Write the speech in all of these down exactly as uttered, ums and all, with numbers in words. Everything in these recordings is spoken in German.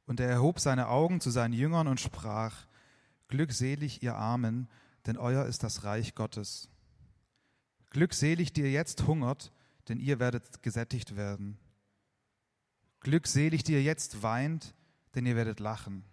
Und er erhob seine Augen zu seinen Jüngern und sprach: Glückselig ihr Armen, denn euer ist das Reich Gottes. Glückselig, die ihr jetzt hungert, denn ihr werdet gesättigt werden. Glückselig, die ihr jetzt weint, denn ihr werdet lachen.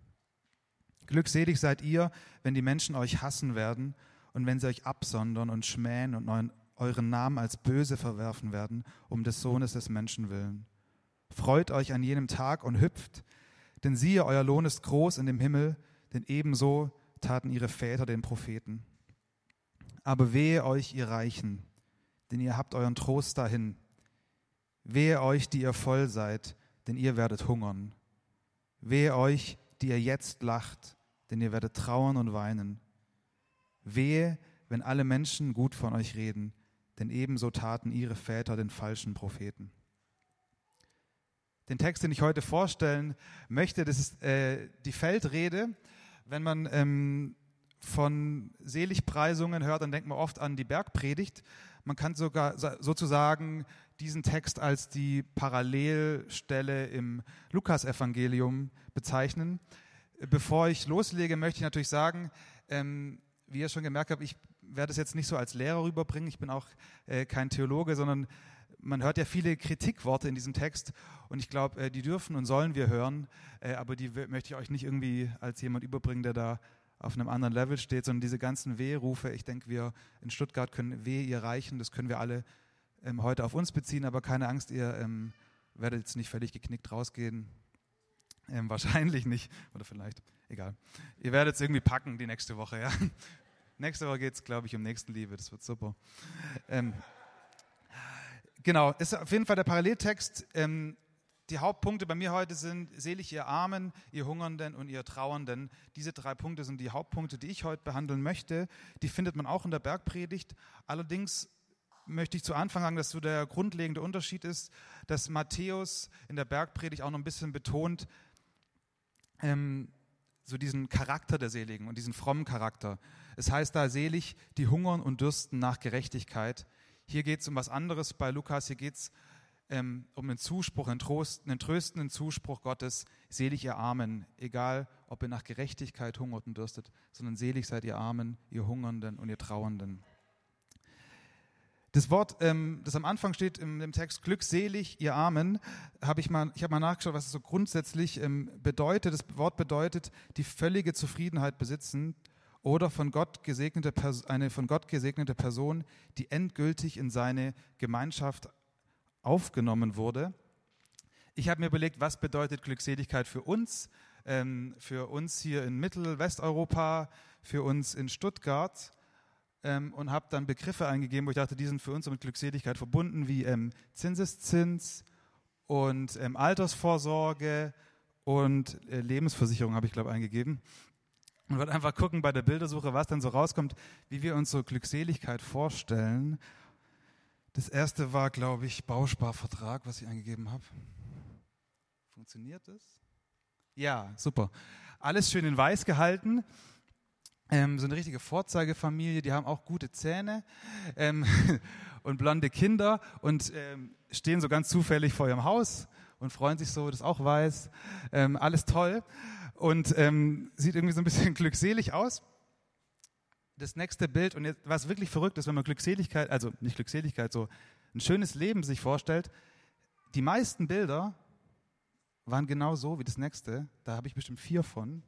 Glückselig seid ihr, wenn die Menschen euch hassen werden und wenn sie euch absondern und schmähen und euren, euren Namen als böse verwerfen werden, um des Sohnes des Menschen willen. Freut euch an jenem Tag und hüpft, denn siehe, euer Lohn ist groß in dem Himmel, denn ebenso taten ihre Väter den Propheten. Aber wehe euch, ihr Reichen, denn ihr habt euren Trost dahin. Wehe euch, die ihr voll seid, denn ihr werdet hungern. Wehe euch, die ihr jetzt lacht, denn ihr werdet trauern und weinen. Wehe, wenn alle Menschen gut von euch reden, denn ebenso taten ihre Väter den falschen Propheten. Den Text, den ich heute vorstellen möchte, das ist äh, die Feldrede. Wenn man ähm, von Seligpreisungen hört, dann denkt man oft an die Bergpredigt. Man kann sogar sozusagen diesen Text als die Parallelstelle im Lukasevangelium bezeichnen. Bevor ich loslege, möchte ich natürlich sagen, ähm, wie ihr schon gemerkt habt, ich werde es jetzt nicht so als Lehrer rüberbringen. Ich bin auch äh, kein Theologe, sondern man hört ja viele Kritikworte in diesem Text und ich glaube, äh, die dürfen und sollen wir hören, äh, aber die w- möchte ich euch nicht irgendwie als jemand überbringen, der da auf einem anderen Level steht, sondern diese ganzen Wehrufe, ich denke, wir in Stuttgart können Weh ihr reichen, das können wir alle ähm, heute auf uns beziehen, aber keine Angst, ihr ähm, werdet jetzt nicht völlig geknickt rausgehen. Ähm, wahrscheinlich nicht, oder vielleicht, egal. Ihr werdet es irgendwie packen die nächste Woche, ja. Nächste Woche geht es, glaube ich, um Nächstenliebe, das wird super. Ähm, genau, ist auf jeden Fall der Paralleltext. Ähm, die Hauptpunkte bei mir heute sind: Selig ihr Armen, ihr Hungernden und ihr Trauernden. Diese drei Punkte sind die Hauptpunkte, die ich heute behandeln möchte. Die findet man auch in der Bergpredigt. Allerdings möchte ich zu Anfang sagen, dass so der grundlegende Unterschied ist, dass Matthäus in der Bergpredigt auch noch ein bisschen betont, ähm, so diesen Charakter der Seligen und diesen frommen Charakter. Es heißt da: selig, die hungern und dürsten nach Gerechtigkeit. Hier geht es um was anderes bei Lukas, hier geht es ähm, um einen Zuspruch, einen, Trost, einen tröstenden Zuspruch Gottes: selig ihr Armen, egal ob ihr nach Gerechtigkeit hungert und dürstet, sondern selig seid ihr Armen, ihr Hungernden und ihr Trauernden. Das Wort, ähm, das am Anfang steht im, im Text, glückselig, ihr Armen, habe ich mal, ich habe mal nachgeschaut, was es so grundsätzlich ähm, bedeutet. Das Wort bedeutet, die völlige Zufriedenheit besitzen oder von Gott gesegnete Pers- eine von Gott gesegnete Person, die endgültig in seine Gemeinschaft aufgenommen wurde. Ich habe mir überlegt, was bedeutet Glückseligkeit für uns, ähm, für uns hier in Mittel-Westeuropa, für uns in Stuttgart. Ähm, und habe dann Begriffe eingegeben, wo ich dachte, die sind für uns so mit Glückseligkeit verbunden, wie ähm, Zinseszins und ähm, Altersvorsorge und äh, Lebensversicherung habe ich, glaube ich, eingegeben. Und wollte einfach gucken bei der Bildersuche, was dann so rauskommt, wie wir uns so Glückseligkeit vorstellen. Das erste war, glaube ich, Bausparvertrag, was ich eingegeben habe. Funktioniert das? Ja, super. Alles schön in weiß gehalten. Ähm, so eine richtige Vorzeigefamilie, die haben auch gute Zähne ähm, und blonde Kinder und ähm, stehen so ganz zufällig vor ihrem Haus und freuen sich so, das auch weiß. Ähm, alles toll und ähm, sieht irgendwie so ein bisschen glückselig aus. Das nächste Bild, und jetzt, was wirklich verrückt ist, wenn man Glückseligkeit, also nicht Glückseligkeit, so ein schönes Leben sich vorstellt, die meisten Bilder waren genau so wie das nächste, da habe ich bestimmt vier von,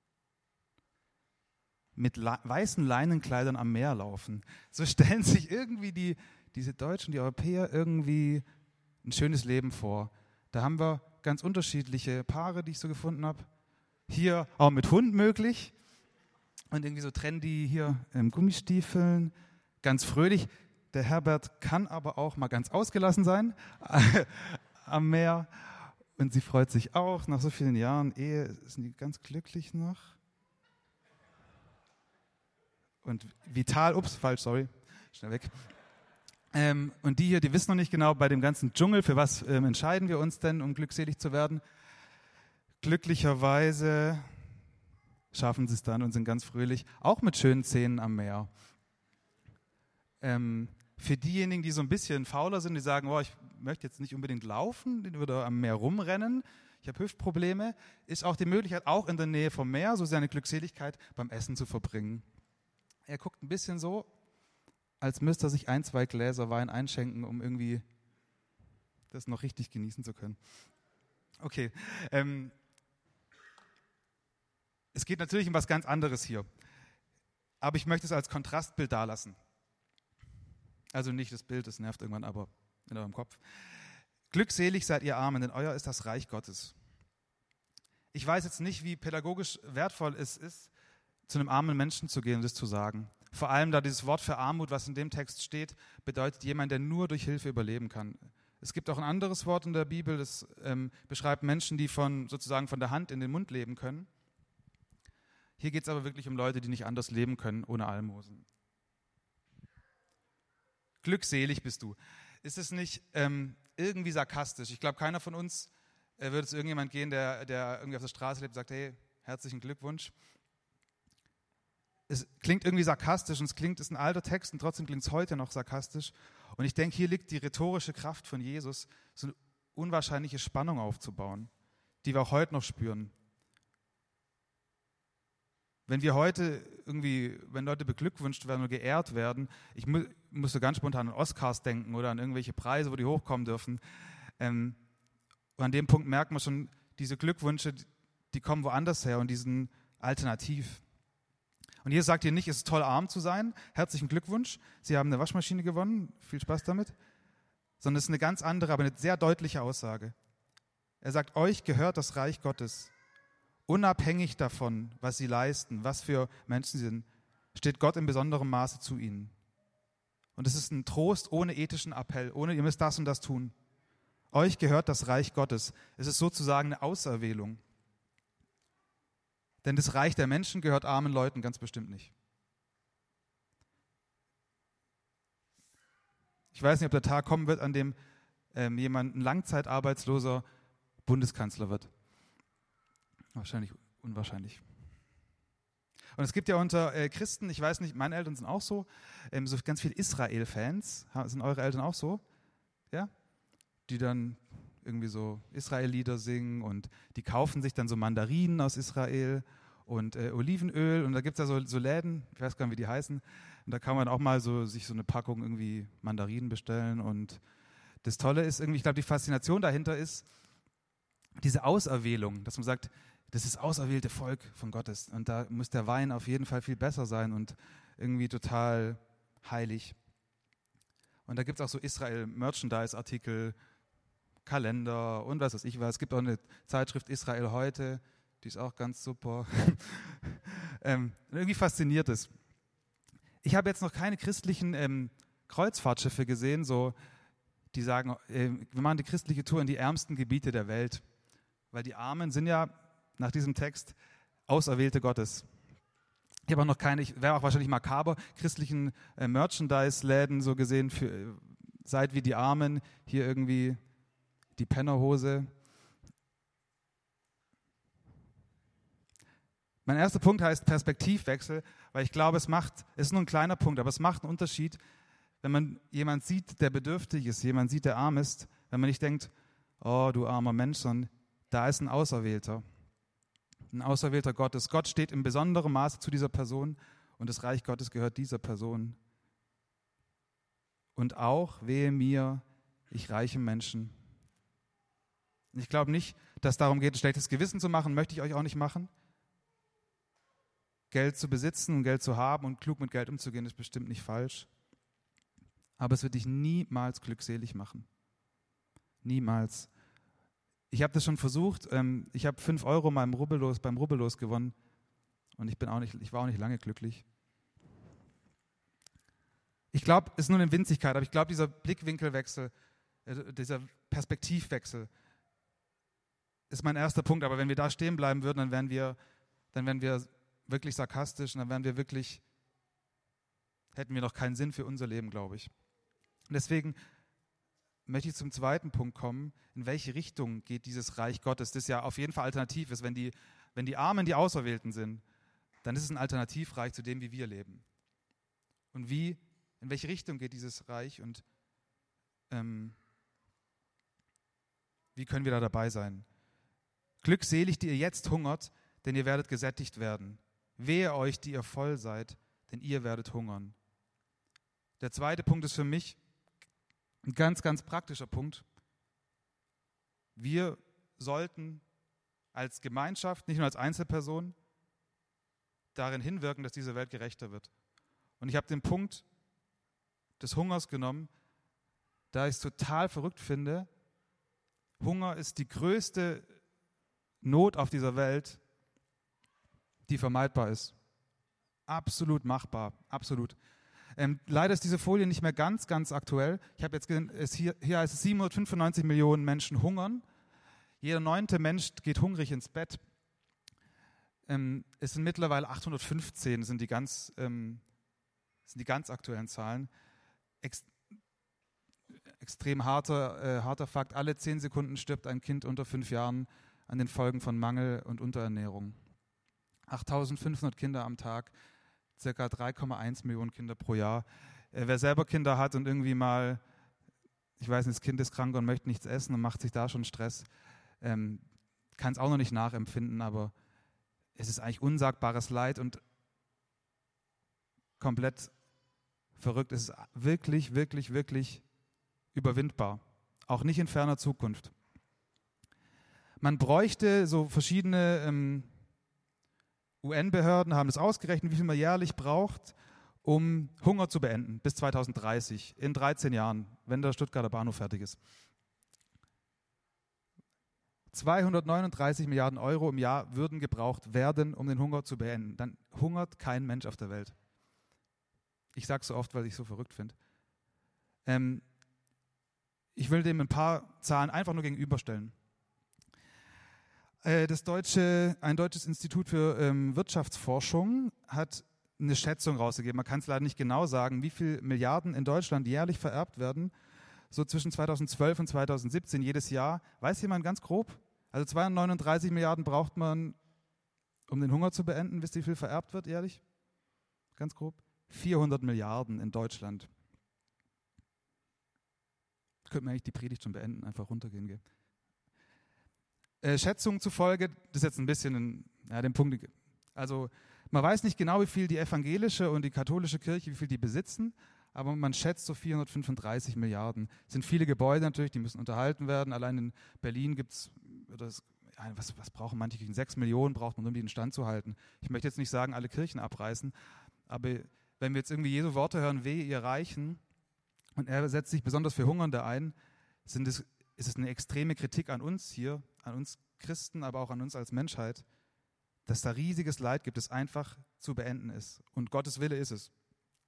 mit la- weißen Leinenkleidern am Meer laufen. So stellen sich irgendwie die, diese Deutschen, die Europäer irgendwie ein schönes Leben vor. Da haben wir ganz unterschiedliche Paare, die ich so gefunden habe. Hier auch mit Hund möglich und irgendwie so trendy hier im Gummistiefeln, ganz fröhlich. Der Herbert kann aber auch mal ganz ausgelassen sein am Meer und sie freut sich auch. Nach so vielen Jahren Ehe sind die ganz glücklich noch. Und Vital, ups, falsch, sorry, schnell weg. Ähm, und die hier, die wissen noch nicht genau bei dem ganzen Dschungel, für was ähm, entscheiden wir uns denn, um glückselig zu werden. Glücklicherweise schaffen sie es dann und sind ganz fröhlich, auch mit schönen Szenen am Meer. Ähm, für diejenigen, die so ein bisschen fauler sind, die sagen, oh, ich möchte jetzt nicht unbedingt laufen oder am Meer rumrennen, ich habe Hüftprobleme, ist auch die Möglichkeit, auch in der Nähe vom Meer, so seine Glückseligkeit beim Essen zu verbringen. Er guckt ein bisschen so, als müsste er sich ein, zwei Gläser Wein einschenken, um irgendwie das noch richtig genießen zu können. Okay, ähm, es geht natürlich um was ganz anderes hier, aber ich möchte es als Kontrastbild dalassen. Also nicht das Bild, das nervt irgendwann, aber in eurem Kopf. Glückselig seid ihr Armen, denn euer ist das Reich Gottes. Ich weiß jetzt nicht, wie pädagogisch wertvoll es ist, zu einem armen Menschen zu gehen und das zu sagen. Vor allem, da dieses Wort für Armut, was in dem Text steht, bedeutet jemand, der nur durch Hilfe überleben kann. Es gibt auch ein anderes Wort in der Bibel, das ähm, beschreibt Menschen, die von sozusagen von der Hand in den Mund leben können. Hier geht es aber wirklich um Leute, die nicht anders leben können ohne Almosen. Glückselig bist du. Ist es nicht ähm, irgendwie sarkastisch? Ich glaube, keiner von uns äh, würde zu irgendjemand gehen, der, der irgendwie auf der Straße lebt und sagt, hey, herzlichen Glückwunsch. Es klingt irgendwie sarkastisch und es klingt, ist ein alter Text und trotzdem klingt es heute noch sarkastisch. Und ich denke, hier liegt die rhetorische Kraft von Jesus, so eine unwahrscheinliche Spannung aufzubauen, die wir auch heute noch spüren. Wenn wir heute irgendwie, wenn Leute beglückwünscht werden oder geehrt werden, ich mu- musste ganz spontan an Oscars denken oder an irgendwelche Preise, wo die hochkommen dürfen. Ähm, und an dem Punkt merkt man schon, diese Glückwünsche, die kommen woanders her und die sind alternativ. Und hier sagt ihr nicht, es ist toll, arm zu sein. Herzlichen Glückwunsch. Sie haben eine Waschmaschine gewonnen. Viel Spaß damit. Sondern es ist eine ganz andere, aber eine sehr deutliche Aussage. Er sagt, euch gehört das Reich Gottes. Unabhängig davon, was sie leisten, was für Menschen sie sind, steht Gott in besonderem Maße zu ihnen. Und es ist ein Trost ohne ethischen Appell, ohne ihr müsst das und das tun. Euch gehört das Reich Gottes. Es ist sozusagen eine Auserwählung. Denn das Reich der Menschen gehört armen Leuten ganz bestimmt nicht. Ich weiß nicht, ob der Tag kommen wird, an dem ähm, jemand ein langzeitarbeitsloser Bundeskanzler wird. Wahrscheinlich unwahrscheinlich. Und es gibt ja unter äh, Christen, ich weiß nicht, meine Eltern sind auch so, ähm, so ganz viele Israel-Fans. Sind eure Eltern auch so? Ja? Die dann irgendwie so Israel-Lieder singen und die kaufen sich dann so Mandarinen aus Israel und äh, Olivenöl und da gibt es ja so, so Läden, ich weiß gar nicht, wie die heißen, und da kann man auch mal so sich so eine Packung irgendwie Mandarinen bestellen und das Tolle ist irgendwie, ich glaube, die Faszination dahinter ist diese Auserwählung, dass man sagt, das ist das auserwählte Volk von Gottes und da muss der Wein auf jeden Fall viel besser sein und irgendwie total heilig. Und da gibt es auch so Israel-Merchandise-Artikel, Kalender und was weiß ich was. Es gibt auch eine Zeitschrift Israel heute, die ist auch ganz super. ähm, irgendwie fasziniert es. Ich habe jetzt noch keine christlichen ähm, Kreuzfahrtschiffe gesehen, so, die sagen, äh, wir machen die christliche Tour in die ärmsten Gebiete der Welt. Weil die Armen sind ja nach diesem Text Auserwählte Gottes. Ich habe auch noch keine, ich wäre auch wahrscheinlich makaber, christlichen äh, Merchandise-Läden so gesehen, für, äh, seid wie die Armen, hier irgendwie die Pennerhose. Mein erster Punkt heißt Perspektivwechsel, weil ich glaube, es macht, es ist nur ein kleiner Punkt, aber es macht einen Unterschied, wenn man jemanden sieht, der bedürftig ist, jemanden sieht, der arm ist, wenn man nicht denkt, oh, du armer Mensch, sondern da ist ein Auserwählter, ein Auserwählter Gottes. Gott steht in besonderem Maße zu dieser Person und das Reich Gottes gehört dieser Person. Und auch, wehe mir, ich reiche Menschen. Ich glaube nicht, dass es darum geht, ein schlechtes Gewissen zu machen, möchte ich euch auch nicht machen. Geld zu besitzen und Geld zu haben und klug mit Geld umzugehen, ist bestimmt nicht falsch. Aber es wird dich niemals glückselig machen. Niemals. Ich habe das schon versucht. Ich habe fünf Euro beim Rubbellos, beim Rubbellos gewonnen und ich, bin auch nicht, ich war auch nicht lange glücklich. Ich glaube, es ist nur eine Winzigkeit, aber ich glaube, dieser Blickwinkelwechsel, dieser Perspektivwechsel ist mein erster Punkt. Aber wenn wir da stehen bleiben würden, dann wären wir, dann wären wir wirklich sarkastisch und dann wären wir wirklich, hätten wir noch keinen Sinn für unser Leben, glaube ich. Und deswegen möchte ich zum zweiten Punkt kommen. In welche Richtung geht dieses Reich Gottes, das ja auf jeden Fall alternativ ist. Wenn die, wenn die Armen die Auserwählten sind, dann ist es ein Alternativreich zu dem, wie wir leben. Und wie, in welche Richtung geht dieses Reich und ähm, wie können wir da dabei sein? Glückselig, die ihr jetzt hungert, denn ihr werdet gesättigt werden. Wehe euch, die ihr voll seid, denn ihr werdet hungern. Der zweite Punkt ist für mich ein ganz, ganz praktischer Punkt. Wir sollten als Gemeinschaft, nicht nur als Einzelperson, darin hinwirken, dass diese Welt gerechter wird. Und ich habe den Punkt des Hungers genommen, da ich es total verrückt finde. Hunger ist die größte Not auf dieser Welt, die vermeidbar ist. Absolut machbar, absolut. Ähm, leider ist diese Folie nicht mehr ganz, ganz aktuell. Ich habe jetzt gesehen, es hier, hier heißt es siebenhundertfünfundneunzig Millionen Menschen hungern. Jeder neunte Mensch geht hungrig ins Bett. Ähm, es sind mittlerweile achthundertfünfzehn, sind die ganz, ähm, sind die ganz aktuellen Zahlen. Ex extrem harter, äh, harter Fakt, alle zehn Sekunden stirbt ein Kind unter fünf Jahren an den Folgen von Mangel und Unterernährung. achttausendfünfhundert Kinder am Tag, circa drei Komma eins Millionen Kinder pro Jahr. Äh, wer selber Kinder hat und irgendwie mal, ich weiß nicht, das Kind ist krank und möchte nichts essen und macht sich da schon Stress, ähm, kann es auch noch nicht nachempfinden, aber es ist eigentlich unsagbares Leid und komplett verrückt. Es ist wirklich, wirklich, wirklich überwindbar. Auch nicht in ferner Zukunft. Man bräuchte so verschiedene ähm, U N-Behörden, haben das ausgerechnet, wie viel man jährlich braucht, um Hunger zu beenden bis zweitausenddreißig, in dreizehn Jahren, wenn der Stuttgarter Bahnhof fertig ist. zweihundertneununddreißig Milliarden Euro im Jahr würden gebraucht werden, um den Hunger zu beenden. Dann hungert kein Mensch auf der Welt. Ich sage es so oft, weil ich es so verrückt finde. Ähm, ich will dem ein paar Zahlen einfach nur gegenüberstellen. Äh, das deutsche, ein deutsches Institut für ähm, Wirtschaftsforschung hat eine Schätzung rausgegeben. Man kann es leider nicht genau sagen, wie viele Milliarden in Deutschland jährlich vererbt werden. So zwischen zweitausendzwölf und zweitausendsiebzehn jedes Jahr. Weiß jemand ganz grob? Also zweihundertneununddreißig Milliarden braucht man, um den Hunger zu beenden. Wisst ihr, wie viel vererbt wird jährlich? Ganz grob. vierhundert Milliarden in Deutschland. Könnte man eigentlich die Predigt schon beenden, einfach runtergehen. Gell? Äh, Schätzungen zufolge, das ist jetzt ein bisschen ein, ja, den Punkt, also man weiß nicht genau, wie viel die evangelische und die katholische Kirche, wie viel die besitzen, aber man schätzt so vierhundertfünfunddreißig Milliarden. Es sind viele Gebäude natürlich, die müssen unterhalten werden. Allein in Berlin gibt es, ja, was, was brauchen manche Kirchen? Sechs Millionen braucht man, um die in Stand zu halten. Ich möchte jetzt nicht sagen, alle Kirchen abreißen, aber wenn wir jetzt irgendwie Jesu Worte hören, wehe ihr Reichen, und er setzt sich besonders für Hungernde ein, sind es, ist es eine extreme Kritik an uns hier, an uns Christen, aber auch an uns als Menschheit, dass da riesiges Leid gibt, das einfach zu beenden ist. Und Gottes Wille ist es.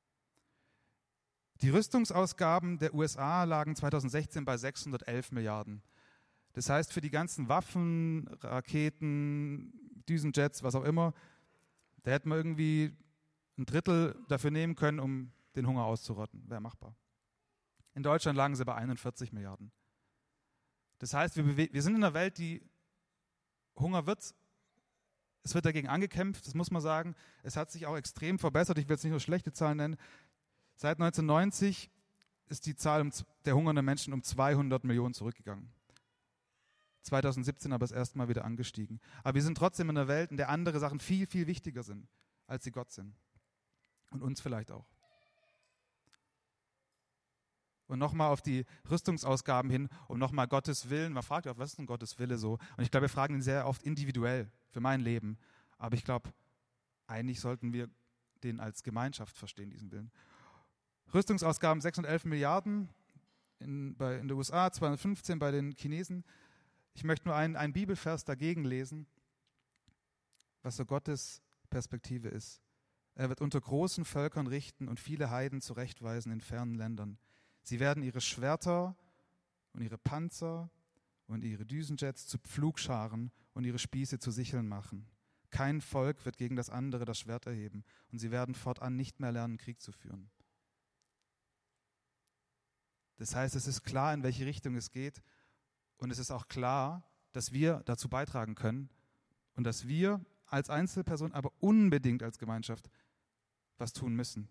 Die Rüstungsausgaben der U S A lagen zweitausendsechzehn bei sechshundertelf Milliarden. Das heißt, für die ganzen Waffen, Raketen, Düsenjets, was auch immer, da hätten wir irgendwie ein Drittel dafür nehmen können, um den Hunger auszurotten. Wäre machbar. In Deutschland lagen sie bei einundvierzig Milliarden. Das heißt, wir, wir sind in einer Welt, die Hunger wird. Es wird dagegen angekämpft, das muss man sagen. Es hat sich auch extrem verbessert. Ich will jetzt nicht nur schlechte Zahlen nennen. Seit neunzehnhundertneunzig ist die Zahl der hungernden Menschen um zweihundert Millionen zurückgegangen. zweitausendsiebzehn aber das erste Mal wieder angestiegen. Aber wir sind trotzdem in einer Welt, in der andere Sachen viel, viel wichtiger sind, als sie Gott sind. Und uns vielleicht auch. Und nochmal auf die Rüstungsausgaben hin, um nochmal Gottes Willen. Man fragt ja, was ist denn Gottes Wille so? Und ich glaube, wir fragen ihn sehr oft individuell für mein Leben. Aber ich glaube, eigentlich sollten wir den als Gemeinschaft verstehen, diesen Willen. Rüstungsausgaben sechshundertelf Milliarden in, bei, in den U S A, zweihundertfünfzehn bei den Chinesen. Ich möchte nur einen, einen Bibelvers dagegen lesen, was so Gottes Perspektive ist. Er wird unter großen Völkern richten und viele Heiden zurechtweisen in fernen Ländern. Sie werden ihre Schwerter und ihre Panzer und ihre Düsenjets zu Pflugscharen und ihre Spieße zu Sicheln machen. Kein Volk wird gegen das andere das Schwert erheben und sie werden fortan nicht mehr lernen, Krieg zu führen. Das heißt, es ist klar, in welche Richtung es geht und es ist auch klar, dass wir dazu beitragen können und dass wir als Einzelperson, aber unbedingt als Gemeinschaft was tun müssen.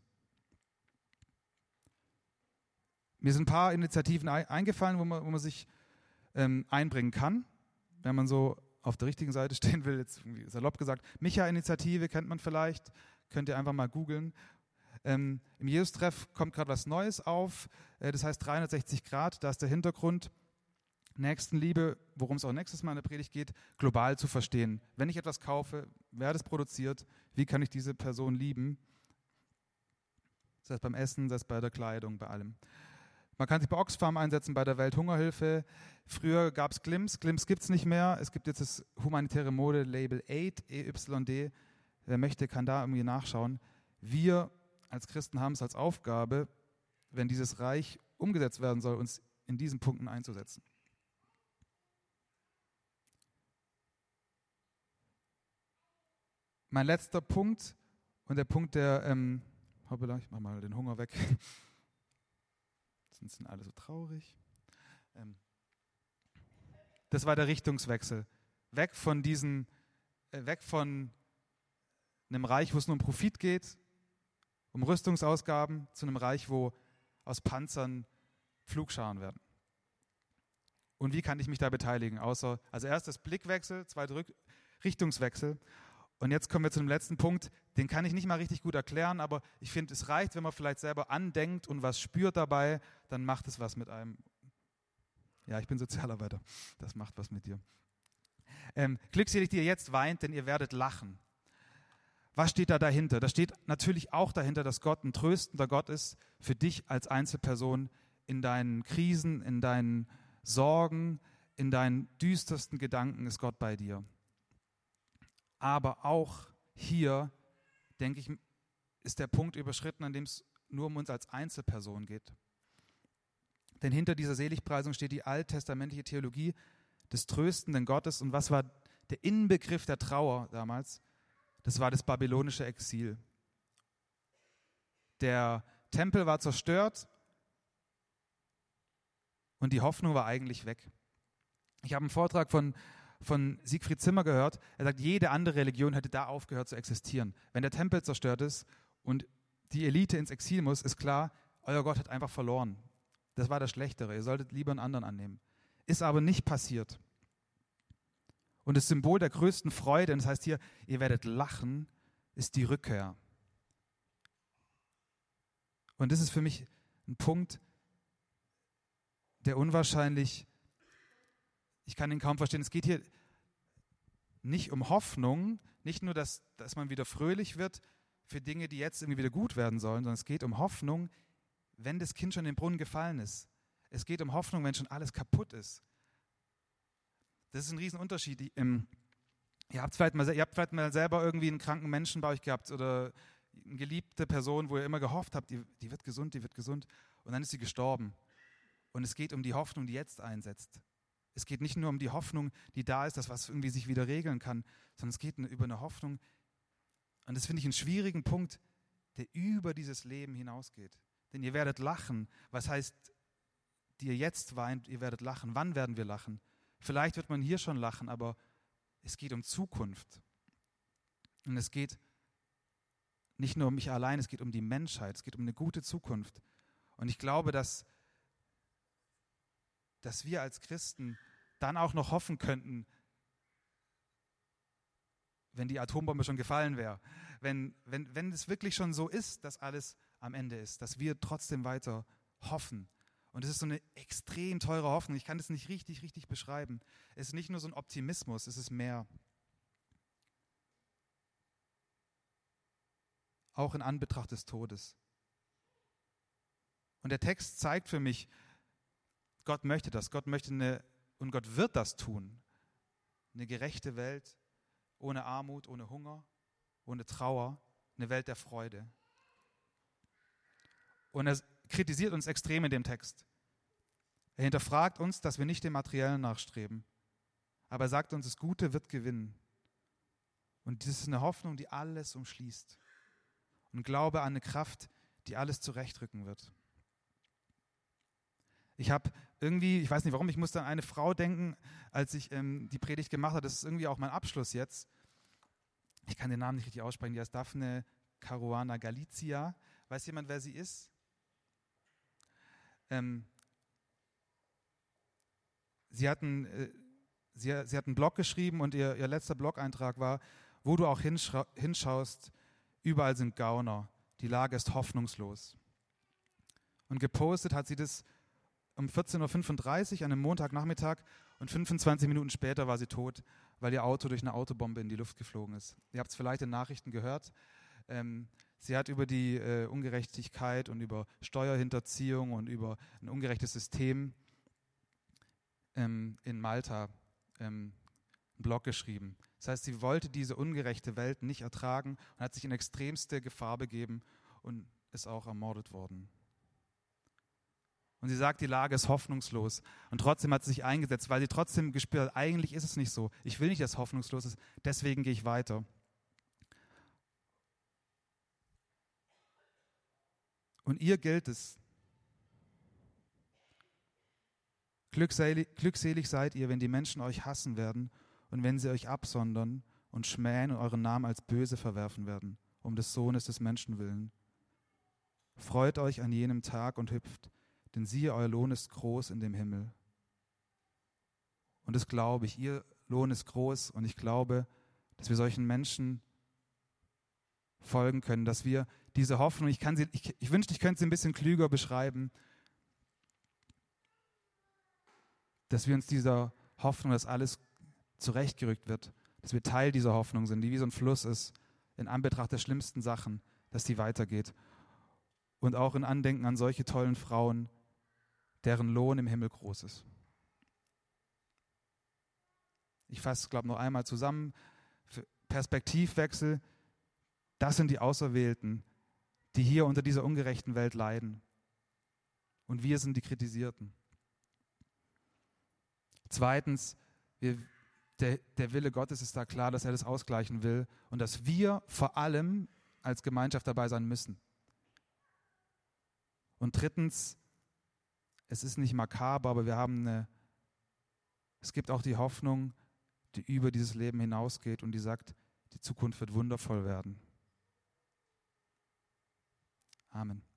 Mir sind ein paar Initiativen eingefallen, wo man, wo man sich ähm, einbringen kann, wenn man so auf der richtigen Seite stehen will, jetzt irgendwie salopp gesagt, Micha-Initiative kennt man vielleicht, könnt ihr einfach mal googeln. Ähm, Im Jesus-Treff kommt gerade was Neues auf, äh, das heißt dreihundertsechzig Grad, da ist der Hintergrund, Nächstenliebe, worum es auch nächstes Mal in der Predigt geht, global zu verstehen. Wenn ich etwas kaufe, wer hat es produziert, wie kann ich diese Person lieben? Das heißt beim Essen, das heißt bei der Kleidung, bei allem. Man kann sich bei Oxfam einsetzen, bei der Welthungerhilfe. Früher gab es Glimpse, Glimpse gibt es nicht mehr. Es gibt jetzt das humanitäre Mode-Label aid, E Y D. Wer möchte, kann da irgendwie nachschauen. Wir als Christen haben es als Aufgabe, wenn dieses Reich umgesetzt werden soll, uns in diesen Punkten einzusetzen. Mein letzter Punkt und der Punkt, der, ähm, hoppala, ich mach mal den Hunger weg. Sonst sind alle so traurig. Ähm, das war der Richtungswechsel. Weg von diesen, äh, weg von einem Reich, wo es nur um Profit geht, um Rüstungsausgaben, zu einem Reich, wo aus Panzern Pflugscharen werden. Und wie kann ich mich da beteiligen? Außer, also erst das Blickwechsel, zweiter Rück- Richtungswechsel. Und jetzt kommen wir zu dem letzten Punkt, den kann ich nicht mal richtig gut erklären, aber ich finde, es reicht, wenn man vielleicht selber andenkt und was spürt dabei, dann macht es was mit einem. Ja, ich bin Sozialarbeiter, das macht was mit dir. Ähm, glückselig, die ihr jetzt weint, denn ihr werdet lachen. Was steht da dahinter? Da steht natürlich auch dahinter, dass Gott ein tröstender Gott ist für dich als Einzelperson in deinen Krisen, in deinen Sorgen, in deinen düstersten Gedanken ist Gott bei dir. Aber auch hier, denke ich, ist der Punkt überschritten, an dem es nur um uns als Einzelperson geht. Denn hinter dieser Seligpreisung steht die alttestamentliche Theologie des tröstenden Gottes. Und was war der Inbegriff der Trauer damals? Das war das babylonische Exil. Der Tempel war zerstört und die Hoffnung war eigentlich weg. Ich habe einen Vortrag von von Siegfried Zimmer gehört. Er sagt, jede andere Religion hätte da aufgehört zu existieren. Wenn der Tempel zerstört ist und die Elite ins Exil muss, ist klar, euer Gott hat einfach verloren. Das war das Schlechtere. Ihr solltet lieber einen anderen annehmen. Ist aber nicht passiert. Und das Symbol der größten Freude, und das heißt hier, ihr werdet lachen, ist die Rückkehr. Und das ist für mich ein Punkt, der unwahrscheinlich, ich kann ihn kaum verstehen. Es geht hier nicht um Hoffnung, nicht nur, dass, dass man wieder fröhlich wird für Dinge, die jetzt irgendwie wieder gut werden sollen, sondern es geht um Hoffnung, wenn das Kind schon in den Brunnen gefallen ist. Es geht um Hoffnung, wenn schon alles kaputt ist. Das ist ein Riesenunterschied. Die, ähm, ihr, habt vielleicht mal, ihr habt vielleicht mal selber irgendwie einen kranken Menschen bei euch gehabt oder eine geliebte Person, wo ihr immer gehofft habt, die, die wird gesund, die wird gesund. Und dann ist sie gestorben. Und es geht um die Hoffnung, die jetzt einsetzt. Es geht nicht nur um die Hoffnung, die da ist, dass was irgendwie sich wieder regeln kann, sondern es geht über eine Hoffnung. Und das finde ich einen schwierigen Punkt, der über dieses Leben hinausgeht. Denn ihr werdet lachen. Was heißt, die ihr jetzt weint, ihr werdet lachen. Wann werden wir lachen? Vielleicht wird man hier schon lachen, aber es geht um Zukunft. Und es geht nicht nur um mich allein, es geht um die Menschheit. Es geht um eine gute Zukunft. Und ich glaube, dass dass wir als Christen dann auch noch hoffen könnten, wenn die Atombombe schon gefallen wäre, wenn, wenn, wenn es wirklich schon so ist, dass alles am Ende ist, dass wir trotzdem weiter hoffen. Und es ist so eine extrem teure Hoffnung. Ich kann das nicht richtig, richtig beschreiben. Es ist nicht nur so ein Optimismus, es ist mehr. Auch in Anbetracht des Todes. Und der Text zeigt für mich, Gott möchte das. Gott möchte eine, und Gott wird das tun. Eine gerechte Welt, ohne Armut, ohne Hunger, ohne Trauer, eine Welt der Freude. Und er kritisiert uns extrem in dem Text. Er hinterfragt uns, dass wir nicht dem Materiellen nachstreben. Aber er sagt uns, das Gute wird gewinnen. Und das ist eine Hoffnung, die alles umschließt. Und Glaube an eine Kraft, die alles zurechtrücken wird. Ich habe irgendwie, ich weiß nicht warum, ich musste an eine Frau denken, als ich ähm, die Predigt gemacht habe. Das ist irgendwie auch mein Abschluss jetzt. Ich kann den Namen nicht richtig aussprechen. Die heißt Daphne Caruana Galizia. Weiß jemand, wer sie ist? Ähm, sie hat ein äh, sie, sie hat einen Blog geschrieben und ihr, ihr letzter Blog-Eintrag war, wo du auch hinschau- hinschaust, überall sind Gauner, die Lage ist hoffnungslos. Und gepostet hat sie das um vierzehn Uhr fünfunddreißig an einem Montagnachmittag und fünfundzwanzig Minuten später war sie tot, weil ihr Auto durch eine Autobombe in die Luft geflogen ist. Ihr habt es vielleicht in Nachrichten gehört. Ähm, sie hat über die äh, Ungerechtigkeit und über Steuerhinterziehung und über ein ungerechtes System ähm, in Malta ähm, einen Blog geschrieben. Das heißt, sie wollte diese ungerechte Welt nicht ertragen und hat sich in extremste Gefahr begeben und ist auch ermordet worden. Und sie sagt, die Lage ist hoffnungslos. Und trotzdem hat sie sich eingesetzt, weil sie trotzdem gespürt hat, eigentlich ist es nicht so. Ich will nicht, dass es hoffnungslos ist, deswegen gehe ich weiter. Und ihr gilt es. Glückselig, glückselig seid ihr, wenn die Menschen euch hassen werden und wenn sie euch absondern und schmähen und euren Namen als böse verwerfen werden, um des Sohnes des Menschen willen. Freut euch an jenem Tag und hüpft, denn siehe, euer Lohn ist groß in dem Himmel. Und das glaube ich, ihr Lohn ist groß und ich glaube, dass wir solchen Menschen folgen können, dass wir diese Hoffnung, ich, kann sie, ich, ich wünschte, ich könnte sie ein bisschen klüger beschreiben, dass wir uns dieser Hoffnung, dass alles zurechtgerückt wird, dass wir Teil dieser Hoffnung sind, die wie so ein Fluss ist, in Anbetracht der schlimmsten Sachen, dass die weitergeht. Und auch in Andenken an solche tollen Frauen, deren Lohn im Himmel groß ist. Ich fasse, glaube ich, noch einmal zusammen. Perspektivwechsel, das sind die Auserwählten, die hier unter dieser ungerechten Welt leiden. Und wir sind die Kritisierten. Zweitens, wir, der, der Wille Gottes ist da klar, dass er das ausgleichen will und dass wir vor allem als Gemeinschaft dabei sein müssen. Und drittens, es ist nicht makaber, aber wir haben eine, es gibt auch die Hoffnung, die über dieses Leben hinausgeht und die sagt, die Zukunft wird wundervoll werden. Amen.